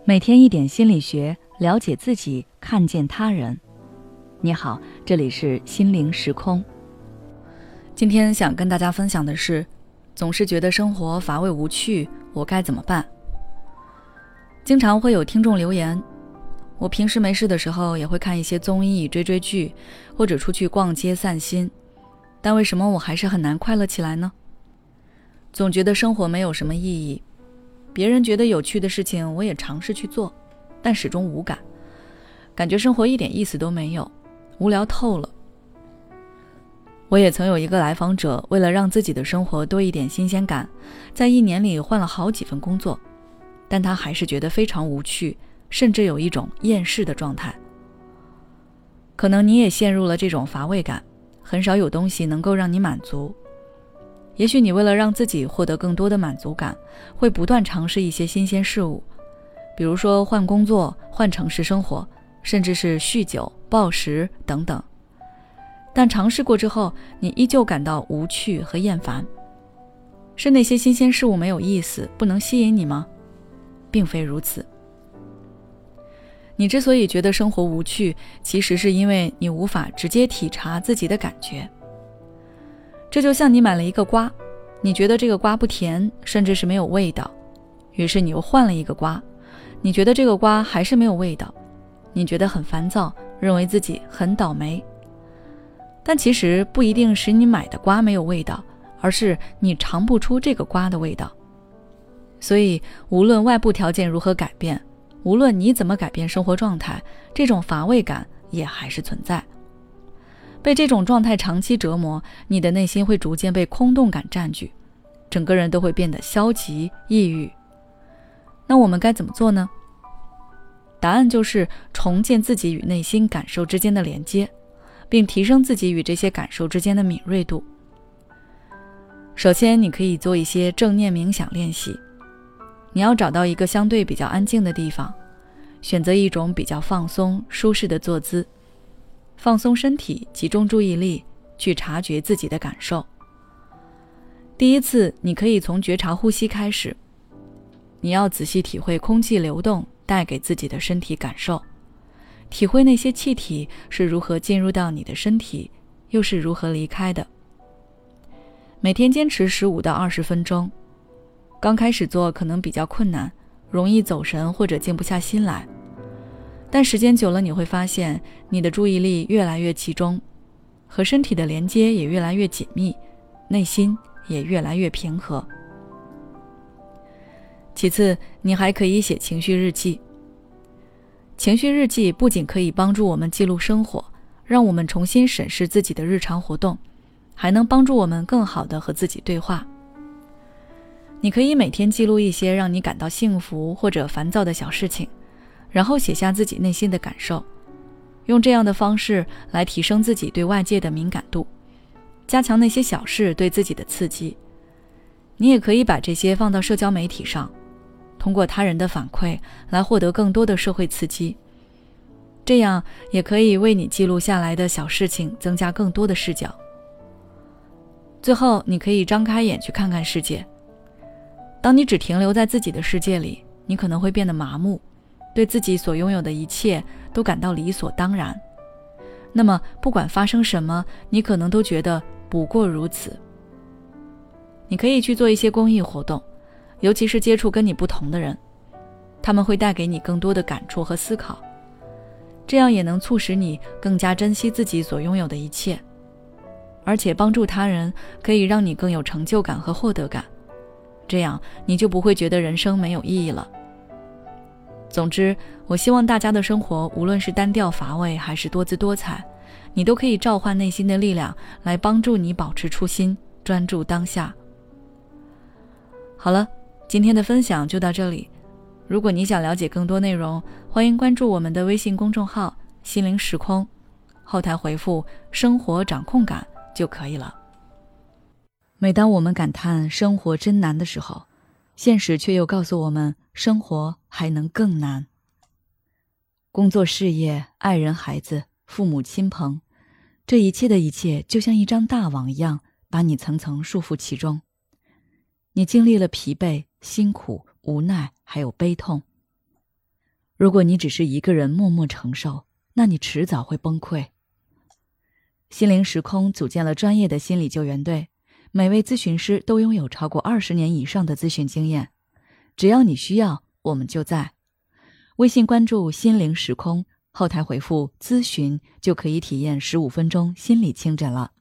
每天一点心理学，了解自己，看见他人。你好，这里是心灵时空。今天想跟大家分享的是，总是觉得生活乏味无趣，我该怎么办？经常会有听众留言，我平时没事的时候也会看一些综艺、追剧，或者出去逛街散心，但为什么我还是很难快乐起来呢？总觉得生活没有什么意义，别人觉得有趣的事情我也尝试去做，但始终无感，感觉生活一点意思都没有，无聊透了。我也曾有一个来访者，为了让自己的生活多一点新鲜感，在1年里换了好几份工作，但他还是觉得非常无趣，甚至有一种厌世的状态。可能你也陷入了这种乏味感，很少有东西能够让你满足。也许你为了让自己获得更多的满足感，会不断尝试一些新鲜事物，比如说换工作、换城市生活，甚至是酗酒、暴食等等。但尝试过之后，你依旧感到无趣和厌烦。是那些新鲜事物没有意思，不能吸引你吗？并非如此。你之所以觉得生活无趣，其实是因为你无法直接体察自己的感觉。这就像你买了一个瓜，你觉得这个瓜不甜，甚至是没有味道，于是你又换了一个瓜，你觉得这个瓜还是没有味道，你觉得很烦躁，认为自己很倒霉。但其实不一定是你买的瓜没有味道，而是你尝不出这个瓜的味道。所以无论外部条件如何改变，无论你怎么改变生活状态，这种乏味感也还是存在。被这种状态长期折磨，你的内心会逐渐被空洞感占据，整个人都会变得消极抑郁。那我们该怎么做呢？答案就是重建自己与内心感受之间的连接，并提升自己与这些感受之间的敏锐度。首先，你可以做一些正念冥想练习。你要找到一个相对比较安静的地方，选择一种比较放松舒适的坐姿，放松身体，集中注意力，去察觉自己的感受。第一次，你可以从觉察呼吸开始，你要仔细体会空气流动带给自己的身体感受，体会那些气体是如何进入到你的身体，又是如何离开的。每天坚持15到20分钟，刚开始做可能比较困难，容易走神或者静不下心来，但时间久了你会发现你的注意力越来越集中，和身体的连接也越来越紧密，内心也越来越平和。其次，你还可以写情绪日记。情绪日记不仅可以帮助我们记录生活，让我们重新审视自己的日常活动，还能帮助我们更好地和自己对话。你可以每天记录一些让你感到幸福或者烦躁的小事情，然后写下自己内心的感受，用这样的方式来提升自己对外界的敏感度，加强那些小事对自己的刺激。你也可以把这些放到社交媒体上，通过他人的反馈来获得更多的社会刺激，这样也可以为你记录下来的小事情增加更多的视角。最后，你可以张开眼去看看世界。当你只停留在自己的世界里，你可能会变得麻木，对自己所拥有的一切都感到理所当然。那么不管发生什么，你可能都觉得不过如此。你可以去做一些公益活动，尤其是接触跟你不同的人，他们会带给你更多的感触和思考，这样也能促使你更加珍惜自己所拥有的一切。而且帮助他人可以让你更有成就感和获得感，这样你就不会觉得人生没有意义了。总之，我希望大家的生活无论是单调乏味还是多姿多彩，你都可以召唤内心的力量来帮助你保持初心，专注当下。好了，今天的分享就到这里。如果你想了解更多内容，欢迎关注我们的微信公众号心灵时空，后台回复生活掌控感就可以了。每当我们感叹生活真难的时候，现实却又告诉我们生活还能更难。工作事业、爱人孩子、父母亲朋，这一切的一切就像一张大网一样，把你层层束缚其中。你经历了疲惫、辛苦、无奈，还有悲痛。 如果你只是一个人默默承受，那你迟早会崩溃。心灵时空组建了专业的心理救援队，每位咨询师都拥有超过20年以上的咨询经验。只要你需要，我们就在。微信关注心灵时空，后台回复咨询就可以体验15分钟心理清诊了。